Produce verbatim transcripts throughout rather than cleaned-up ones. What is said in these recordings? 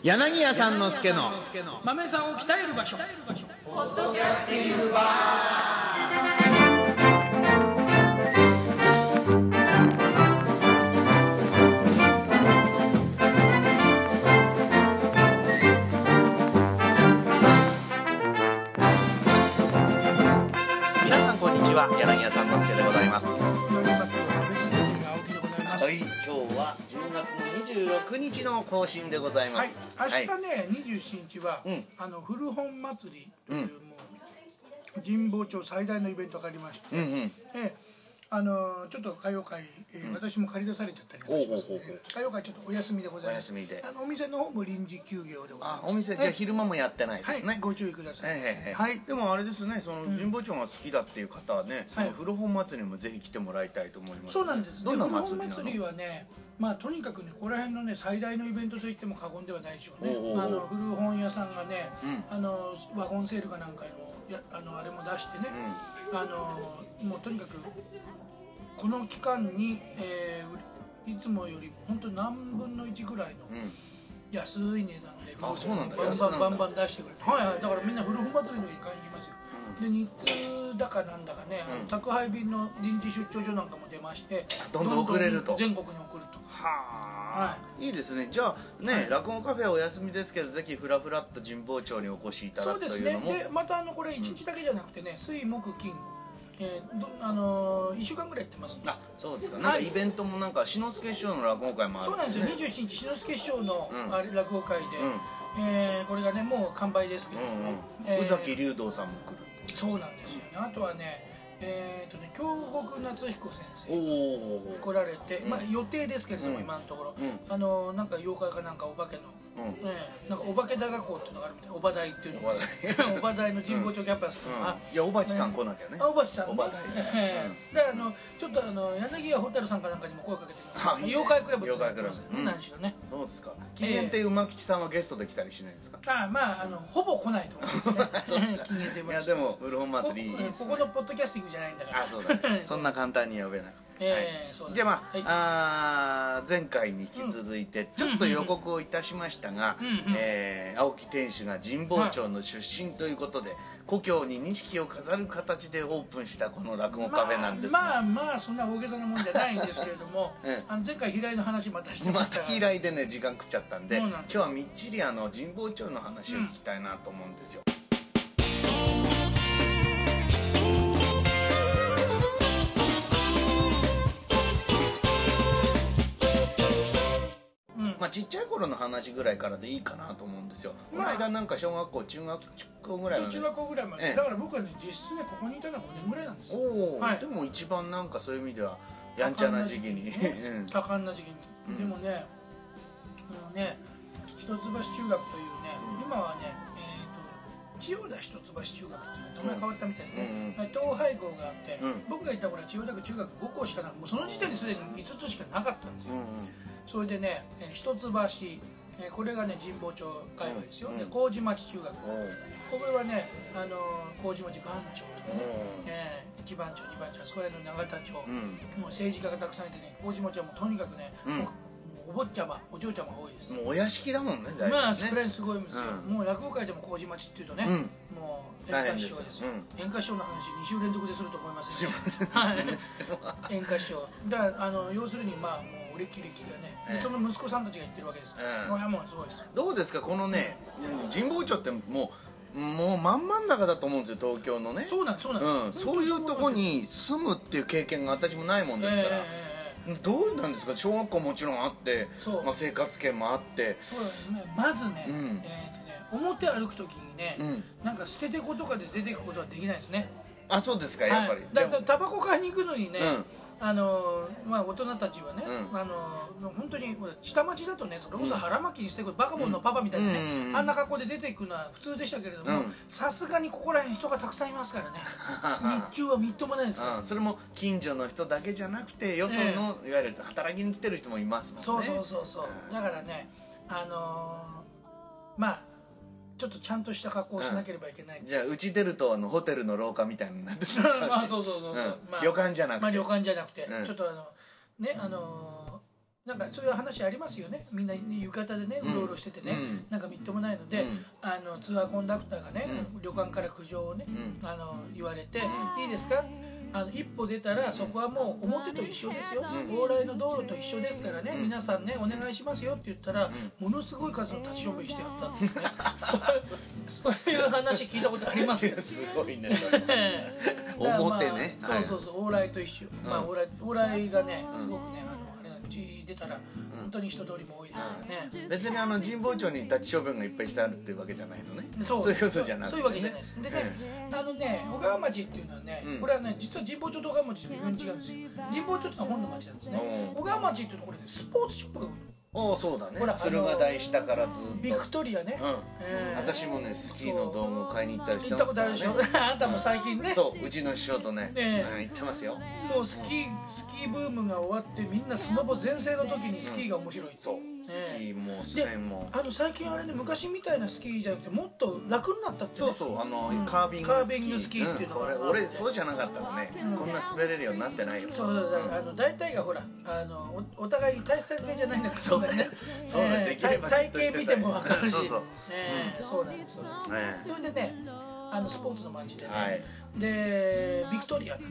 柳家さんの助の豆さんを鍛える場所。 ポッドキャスティングバー。 皆さんこんにちは、柳家さんの助でございます。 のり巻きを食べ続けている青木でございます。 はい、今日はじゅうがつのにじゅうろくにちの更新でございます。 はい、明日ね、にじゅうしちにちは、 うん、 あの古本祭りという、 うん、 もう神保町最大のイベントがありまして、 うんうん、 えあのちょっと歌謡会、えーうん、私も借り出されちゃったりとかしますので、歌謡会ちょっとお休みでございます。 お休みで、 あのお店の方も臨時休業でございます。 あ、お店じゃあ昼間もやってないですね。 はい、ご注意ください。 えー、 はい。 でもあれですね、その神保町が好きだっていう方はね、その古本祭りにもぜひ来てもらいたいと思います、ね。そうなんです。 どんな祭りなの？古本祭りはね、まあとにかくね、ここら辺のね最大のイベントと言っても過言ではないでしょうね。あの古本屋さんがね、うん、あのワゴンセールかなんかのやあのあれも出してね、うん、あのもうとにかくこの期間に、えー、いつもよりも本当に何分のいちぐらいの安い値段で、 あ、そうなんだ、 バンバンバンバン出してくれて、はいはい、だからみんな古本祭りのいい感じますよ。で日通だかなんだかね、うん、あの宅配便の臨時出張所なんかも出まして、 どんどん送れると、 全国に送ると。 はあ、はい、いいですね。じゃあね、はい、落語カフェはお休みですけど、ぜひフラフラっと神保町にお越しいただくというのも。そうですね。でまたあのこれいちにちだけじゃなくてね、うん、水木金、えー、どあのー、いっしゅうかんぐらいやってます。 あ、そうですか。なんかイベントもなんか志の輔師匠の落語会もある、ね、 そうなんですよ。にじゅうしちにち志の輔師匠の、うん、あれ落語会で、うん、えー、これがねもう完売ですけども、うんうん、えー、 宇崎竜童さんも来る。 そうなんですよね。あとはね、えーとね、京極夏彦先生来られて、うん、まあ予定ですけれども、うん、今のところ、うん、あのなんか妖怪かなんかお化けの、うんね、なんかお化け大学校っていうのがあるみたいな、おば大っていうのがおば大の神保町キャンパスっていうのが、 いやおばちさん来なきゃね。 あ、おばちさんね。だからあのちょっとあの柳家蛍さんかなんかにも声かけても妖怪クラブってやってますね。何しろね。 そうですか。禁煙亭馬吉さんはゲストで来たりしないんですか？ あ、まああのほぼ来ないと思いますね。 そうですか。いやでも古本祭りいいですね。 ここのポッドキャスティングじゃないんだから。 あ、そうだ。そんな簡単に呼べない。じゃあまあ、あ前回に引き続いてちょっと予告をいたしましたが、えー、青木店主が神保町の出身ということで、故郷に錦を飾る形でオープンしたこの落語カフェなんですが、 まあまあまあそんな大げさなもんじゃないんですけれども、うん、あの前回平井の話またしてましたが、 また平井でね時間食っちゃったんで、今日はみっちりあの神保町の話を聞きたいなと思うんですよ。まあちっちゃい頃の話ぐらいからでいいかなと思うんですよ。この間なんか小学校中学校ぐらいまで、中学校ぐらいまで、だから僕はね実質ねここにいたのはごねんぐらいなんですよ。おお、はい、でも一番なんかそういう意味ではやんちゃな時期に、多感な時期に、でもね、あのね一橋中学というね、今はね千代田一橋中学っていう名前変わったみたいですね。統廃校があって、僕が行った頃は千代田区中学ごこうしかなく、もうその時点ですでにいつつしかなかったんですよ。それでね、一橋、これがね神保町界隈ですよ。で麹町中学、これはねあの麹町番町とかね、いちばん町にばん町、あそこら辺の永田町、もう政治家がたくさんいてね、麹町はもうとにかくね、お坊ちゃまお嬢ちゃまが多いです。 もうお屋敷だもんね。 まあそこら辺すごいんですよ。もう落語界でも麹町っていうとね、もう演歌師匠ですよ。演歌師匠の話にしゅう連続ですると思いますよ。演歌師匠だからあの要するにまあもう歴々がね、ええ、その息子さんたちが言ってるわけですから、これはもうすごいです。 どうですかこのね、神保町ってもうもう真ん真ん中だと思うんですよ、東京のね。 そうなんです、そうなんです、 うん、そういうとこに住むっていう経験が私もないもんですから、えー、どうなんですか。小学校もちろんあって、まあ、生活圏もあって、 そうですね。まずね、うん、えーとね表歩く時にね、うん、なんか捨ててことかで出ていくことはできないですね。 あ、そうですか、やっぱり。 はい、だからタバコ買いに行くのにね、うん、あのまあ大人たちはね、うん、あの本当に下町だとね、それこそ腹巻きにしてくるバカボンのパパみたいなね、うん、あんな格好で出ていくのは普通でしたけれども、さすがにここら辺人がたくさんいますからね日中はみっともないですから、 それも近所の人だけじゃなくてよその、えー、いわゆる働きに来てる人もいますもんね。 そうそうそうそう、だからね、あのー、まあちょっとちゃんとした格好をしなければいけない、うん、 じゃあうち出るとあのホテルの廊下みたいになってる感じ。 そうそうそうそう、うん、 まあ、旅館じゃなくて、 まあ、旅館じゃなくて、うん、ちょっとあのね、あのなんかそういう話ありますよね。みんな浴衣でねうろうろしててね、うん、なんかみっともないので、うん、あのツアーコンダクターがね、うん、旅館から苦情をね、うん、あの言われて、うん、いいですか、あの一歩出たらそこはもう表と一緒ですよ、往来の道路と一緒ですからね、皆さんねお願いしますよって言ったら、ものすごい数の立ち止めしてやったんですねそういう話聞いたことありますよすごいね表ね、 まあ、そうそうそう、往来と一緒、まあ往来往来がねすごくね、あのあれうち出たら本当に人通りも多いですからね、 うん、別にあの神保町に立ち小便がいっぱいしてあるっていうわけじゃないのね。そう、そういうことじゃなくて、ね、 そういうわけじゃないです。でね、うん、あのね小川町っていうのはね、うん、これはね実は神保町と小川町って微妙に違うんですよ。神保町ってのは本の町なんですね。小川町っていうところでスポーツショップが多い。 おお、そうだね。駿河台下からずっとビクトリアね、 うん、えー、私もねスキーの道具を買いに行ったりしてますからね。 行ったことあるでしょあんたも最近ね、うん、 そう、うちの師匠とね、ね、うん、行ってますよ。 もうスキースキーブームが終わってみんなスノボ全盛の時にスキーが面白い、うん、 そう、スキーもスペンもあの最近あれね、昔みたいなスキーじゃなくてもっと楽になったってね。 そうそう、あの、うん、カービングスキー、 カービングスキーっていうのが、 うん、俺, 俺そうじゃなかったらね、うん、こんな滑れるようになってないよ。 そうだ、うん、あの大体がほらあの お, お互い体育会系じゃないんだけど、そうだねそうだ、できれば体型見ても分かるし、そうそう、ね、うん、そうなんです、そうなんです、ね、それでね、あのスポーツの街でね、はい、でビクトリア、うん、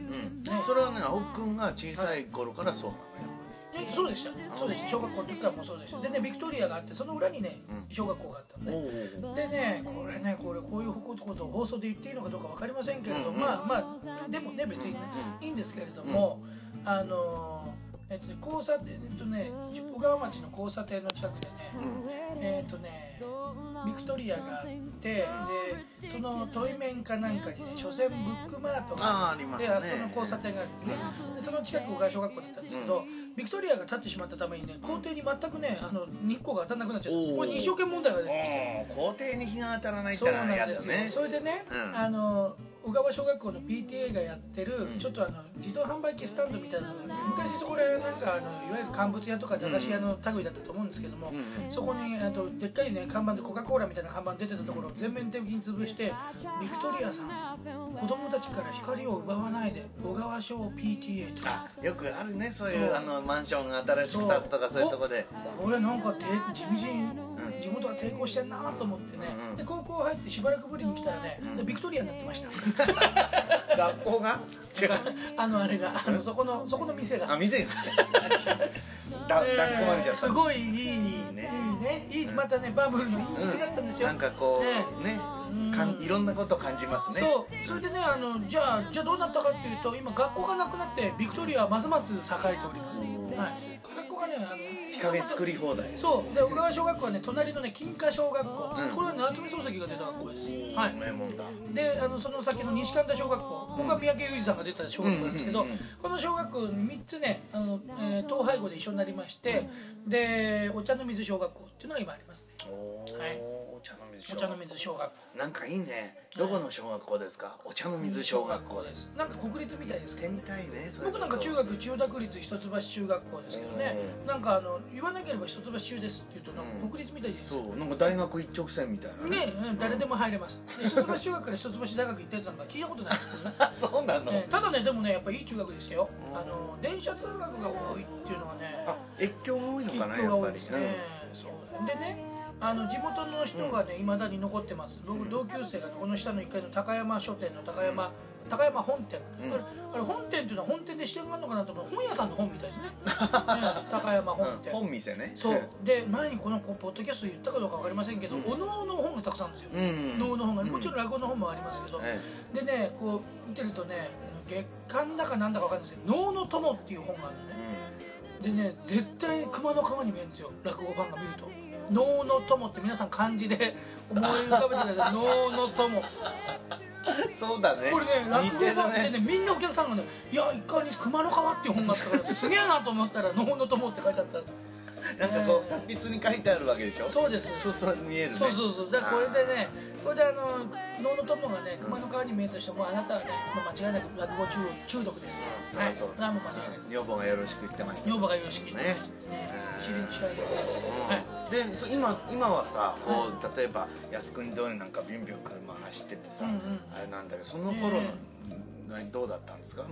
ね、それはね、青くんが小さい頃からそうなのよ。 えそうでした、そうでした、小学校の時からもそうでした。でね、ビクトリアがあって、その裏にね小学校があったのね、うん、でね、これね、これこういうことを放送で言っていいのかどうか分かりませんけれど、うん、まあまあでもね別にね、うん、いいんですけれども、うん、あのえっとね、交差点、えっとね、小川町の交差点の近くでね、うん、えっとねビクトリアがあって、でその対面かなんかにね書店ブックマートがあって、 あ, あ, ね、あそこの交差点があるんでね、でその近く小川小学校だったんですけど、うん、ビクトリアが建ってしまったためにね、校庭に全くねあの日光が当たらなくなっちゃった。これ二条件問題が出てきて、 校庭に日が当たらないってのは嫌だよね。 それでね、うん、あの小川小学校の ピーティーエー がやってる、うん、ちょっとあの自動販売機スタンドみたいなのが、ね、昔そこでなんかあのいわゆる乾物屋とか駄菓子屋の類だったと思うんですけども、うん、そこにあとでっかいね看板でコカ・コーラみたいな看板出てたところを全面的に潰して、ビクトリアさん子供たちから光を奪わないで小川小 ピーティーエー とか、 あ、よくあるね、そういうあのマンションが新しく建つとかそういうとこで、 これなんか地味人、うん、地元が抵抗してんなと思ってね、うんうん、で高校入ってしばらくぶりに来たらね、うん、ビクトリアになってました学校が違うあのあれがあのそこのそこの店があ店がだだっこまれちゃった。 すごいいいいいね、いいね、いい、またねバブルのいい時期だったんですよ、 うん、なんかこうね、ね、かんいろんなことを感じますね。 そう、それでね、あのじゃあじゃあどうなったかっていうと、今学校がなくなってビクトリアはますます栄えております。はい、学校がね、あの日陰作り放題。 そうで、小川小学校はね隣のね金華小学校、うん、これは夏目漱石が出た学校です。はい。名門だ。で、あのその先の西神田小学校、ここは三宅裕司さんが出た小学校なんですけど、この小学校にみっつね、あの、えー、統廃合で一緒になりまして、うん、でお茶の水小学校っていうのが今ありますね。はい。お茶の水小学校。お茶の水小学校。 なんかいいね。どこの小学校ですか？お茶の水小学校です。 なんか国立みたいですけど。 みたいね。 僕なんか中学千代田区立一橋中学校ですけどね。なんかあの言わなければ一橋中ですって言うとなんか国立みたいじゃないですか。 そう、なんか大学一直線みたいなね。 ね、誰でも入れます。一橋中学から一橋大学行ったやつなんか聞いたことないですけどね。 そうなの。 ただね、でもねやっぱいい中学でしたよ。あの電車通学が多いっていうのはね。 あ、越境が多いのかな。 越境が多いですね。そうでね。あの地元の人がね、いまだに残ってます。僕同級生がこの下のいっかいの高山書店の高山、高山本店、うん、あれあれ本店っていうのは本店で支店があるのかなと思う。本屋さんの本みたいですね。ね、高山本店、 うん、本店ね。 そうで、前にこのポッドキャストで言ったかどうか分かりませんけど、うん、お能の本がたくさんあるんですよ。お能、うん、の本がもちろん落語の本もありますけど、うん、でねこう見てるとね、月刊だかなんだか分かんないですけど「能の友」っていう本があるのね、うん、でね絶対熊野川に見えるんですよ、落語ファンが見ると。能の友って皆さん漢字で思い浮かべてください。能の友。 そうだね。 これね、落語ファンってね、みんなお客さんがね、いや一回に熊野川っていう本があったからすげえなと思ったら能の友って書いてあった。 なんかこう達筆に書いてあるわけでしょ。 そうです。 そうそう見えるね。 そうそうそう。だからこれでね、これであの能の友がね熊野川に見えたとしても、あなたはねもう間違いなく落語中中毒です。はい。それはもう間違いないです。 女房がよろしく言ってました。 女房がよろしく言ってました。ね。知りに知られてです。はい。 で今今はさ、こう例えば靖国通りなんかビュンビュン車走っててさ、あれなんだけど、その頃のどうだったんですか。まあ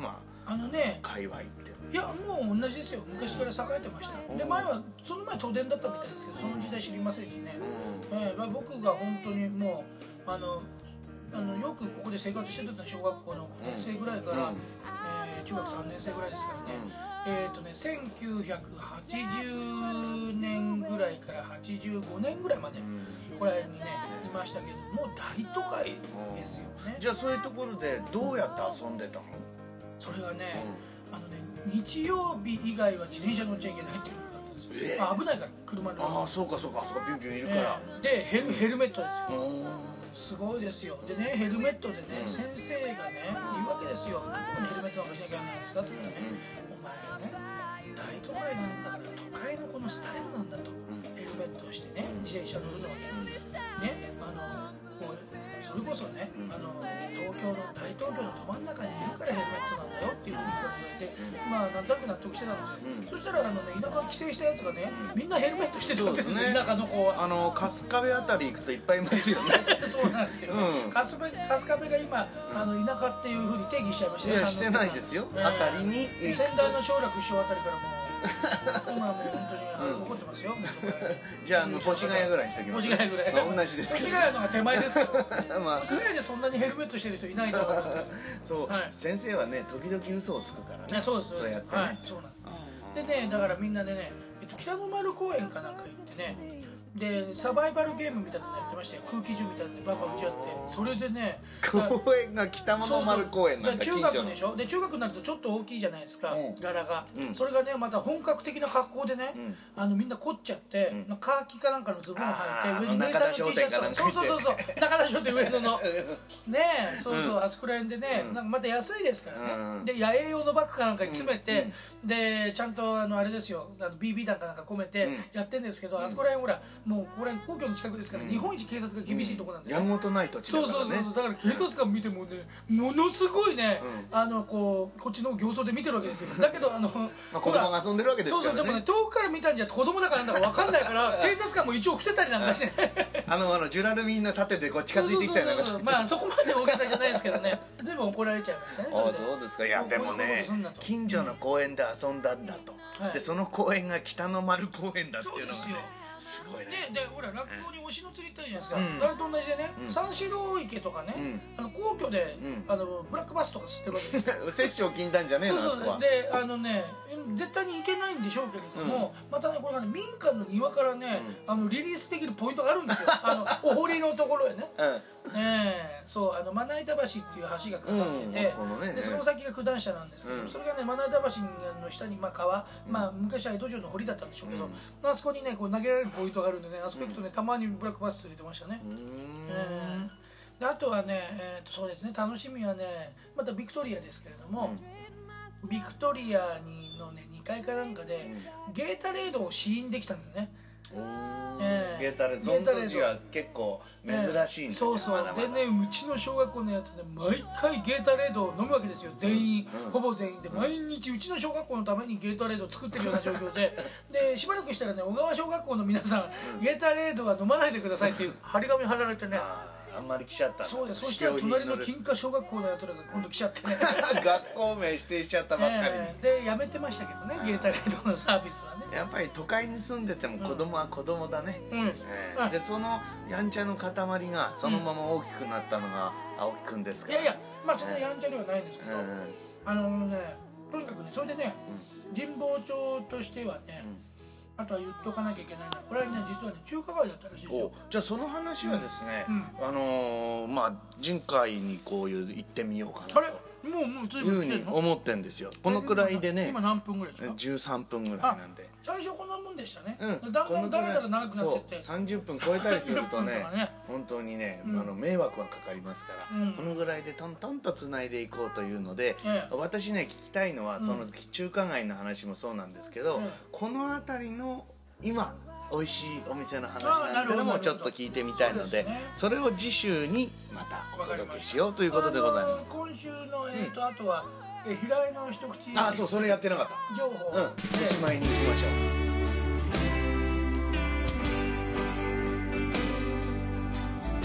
あのね界隈って。 いやもう同じですよ。昔から栄えてました。で前はその前都電だったみたいですけど、その時代知りませんしね、えーまあ、僕が本当にもうあのあのよくここで生活してた小学校のごねん生ぐらいから、うんえー、中学さんねん生ぐらいですからね、うん、えっ、ー、とねせんきゅうひゃくはちじゅうねんぐらいからはちじゅうごねんぐらいまで、うん、これにねいましたけど、もう大都会ですよね。 じゃあそういうところでどうやって遊んでたの？ それがね、うん、あのね日曜日以外は自転車乗っちゃいけないっていうのがあったんですよ、えー、あ危ないから車の。 ああそうかそうか、あそこピュンピュンいるから、 えー、でヘル、ヘルメットですよ。すごいですよ。でねヘルメットでね、うん、先生がね言うわけですよ。何でヘルメットなんかしなきゃいけないんですかって言ったらね、うん、お前ね大都会なんだから都会のこのスタイルなんだと、うん、ヘルメットをしてね自転車乗るのはね、うん、ねあのもうそれこそね、うん、あの東京の大東京のど真ん中にいるからヘルメットなんだよっていうふうに聞かれて、うん、まあなんとなく納得してたんですよ、うん、そしたらあの、ね、田舎帰省したやつがね、うん、みんなヘルメットしてたわけですよ、ね、田舎の子は。 あの春日部あたり行くといっぱいいますよねそうなんですよ、うん、春日部が今あの田舎っていうふうに定義しちゃいましたね。 いやしてないですよ、えー、あたりに仙台の小楽一生あたりからもう今もう本当にあの、うん、怒ってますよ。 じゃああの越谷ぐらいにしときます。 越谷ぐらい、 まあ、同じですけど、 越谷の方が手前ですけど、まあ、越谷でそんなにヘルメットしてる人いないと思いますよそう、はい、先生はね時々嘘をつくからね。 そうですそうやってね、 はい、そうなんでね、だからみんなでね、えっと、北の丸公園かなんか行ってね、でサバイバルゲームみたいなのやってましたよ。空気銃みたいなのでバンバン打ち合って、それでね公園が北の丸公園なんだ。 中学でしょ。で中学になるとちょっと大きいじゃないですか、うん、柄が、うん、それがねまた本格的な格好でね、うん、あのみんな凝っちゃって、うん、カーキかなんかのズボン履いて上に名産の T シャツとか、そうそうそうそう中田商店上野のねえそうそう、うん、あそこら辺でね、うん、なんかまた安いですからね、うん、で野営用のバッグかなんかに詰めて、うん、でちゃんとあのあれですよ、あの ビービー 弾かなんか込めてやってんですけど、うん、あそこら辺ほらもうこれ皇居の近くですから、うん、日本一警察が厳しいとこなんで、ね、 やんごとない土地だからね。 そうそうそう、だから警察官見てもねものすごいね、うん、あのこうこっちの形相で見てるわけですよ。だけどあのまあ子供が遊んでるわけですからね。 そうそう、でもね遠くから見たんじゃ子供だからなんだか分かんないから警察官も一応伏せたりなんかしてねあのあのジュラルミンの盾でこう近づいてきたりなんかして、 まあそこまで大げさじゃないですけどね全部怒られちゃいましたね。 ああそうですか。いやでもね近所の公園で遊んだんだと、うん、でその公園が北の丸公園だっていうのがねすごいね。 でほら落語に推しの釣り行ったじゃないですか、うん、あれと同じでね、うん、三四郎池とかね、うん、あの皇居で、うん、あのブラックバスとか吸ってるわけですよ摂政禁断じゃねえの。 そうそうであのね絶対に行けないんでしょうけれども、うん、またねこれがね民家の庭からね、うん、あのリリースできるポイントがあるんですよあのお堀のところへね、うん、ねえそうあのまな板橋っていう橋がかかってて、うんね、でその先が九段下なんですけど、うん、それがねまな板橋の下に、まあ、川、うん、まあ昔は江戸城の堀だったんでしょうけど、うん、あそこにねこう投げられるポイントがあるんでね、あそこ行くとねたまにブラックバス釣れてましたね。えー、であとはね、えー、とそうですね楽しみはねまたビクトリアですけれども、うん、ビクトリアにのねにかいかなんかで、うん、ゲータレードを試飲できたんですね。 えー、ゲータレード、その当時は結構珍しいんですよ、 えー、そうそうまだまだでねうちの小学校のやつね毎回ゲータレードを飲むわけですよ全員、うん、ほぼ全員で、うん、毎日うちの小学校のためにゲータレードを作ってるような状況ででしばらくしたらね小川小学校の皆さん、うん、ゲータレードは飲まないでくださいっていう張り紙貼られてねあんまり来ちゃった。 そうです。そしたら隣の金華小学校のやつらが今度来ちゃってね学校名指定しちゃったばっかりに、 えー、でやめてましたけどねゲータレードのサービスはね。 やっぱり都会に住んでても子供は子供だね、うんえーうん、でそのやんちゃの塊がそのまま大きくなったのが青木くんですから、 いやいやまあそんなやんちゃではないんですけど、うん、あのねとにかくねそれでね、うん、神保町としてはね、うんあとは言っとかなきゃいけないのはこれはね実はね中華街だったらしいですよ。 じゃあその話はですね、うん、あのー、まあ人海にこういう行ってみようかなと。 あれもうもう随分来てるの？ 思ってんですよ。このくらいでね。 今何分ぐらいですか？ じゅうさんぷんぐらいなんで。 最初こんなもんでしたね。うん、だんだんだらだら長くなってって。 さんじゅっぷん超えたりするとね、ね本当にね、うん、あの迷惑はかかりますから、うん、このぐらいでトントンとつないでいこうというので、うん、私ね聞きたいのはその中華街の話もそうなんですけど、うん、この辺りの今美味しいお店の話なんてのもちょっと聞いてみたいので、それを次週にまたお届けしようということでございます。 今週のえっとあとは平井の一口あそうそれやってなかった情報うんおしまいに行きましょう。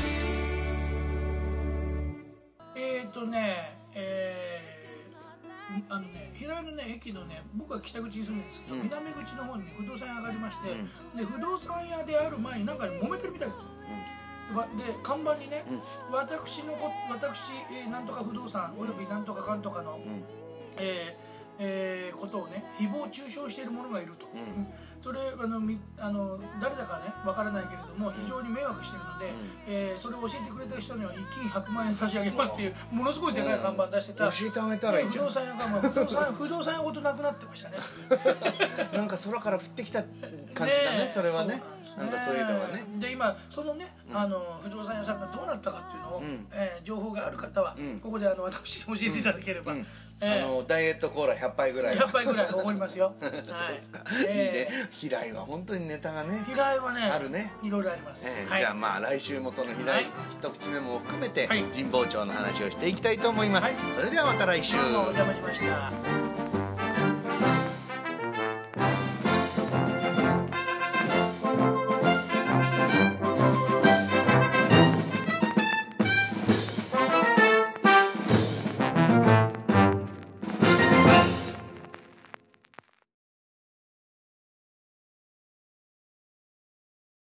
えっとねえあのね平井のね駅のね僕は北口に住んでるんですけど、うん、南口の方に、ね、不動産屋がありまして、うん、で不動産屋である前になんか、ね、揉めてるみたいですよ、うん、で看板にね、うん、私のこ私、えー、なんとか不動産およびなんとかかんとかの、うんえーえー、ことをね誹謗中傷している者がいると、うん、それあのみあの誰だかねわからないけれども非常に迷惑してるので、うんえー、それを教えてくれた人には一金ひゃくまんえん差し上げますっていうものすごいでかい看板出してた、 教えてあげたらいいじゃん。 不動産屋がもう不動産不動産屋ごとなくなってましたねなんか空から降ってきた感じだねそれはね。なんかそういうのはねで今そのね、うん、あの不動産屋さんがどうなったかっていうのを、うんえー、情報がある方は、うん、ここであの私に教えていただければ、うんうんえー、あのダイエットコーラひゃっぱいぐらいひゃっぱいぐらいおごりますよそうですか、はい、いいね。平井は本当にネタがね平井はねあるねいろいろあります、 えーはい、じゃあまあ来週もその平井一口目も含めて、はい、神保町の話をしていきたいと思います、はい、それではまた来週どうもお邪魔しました。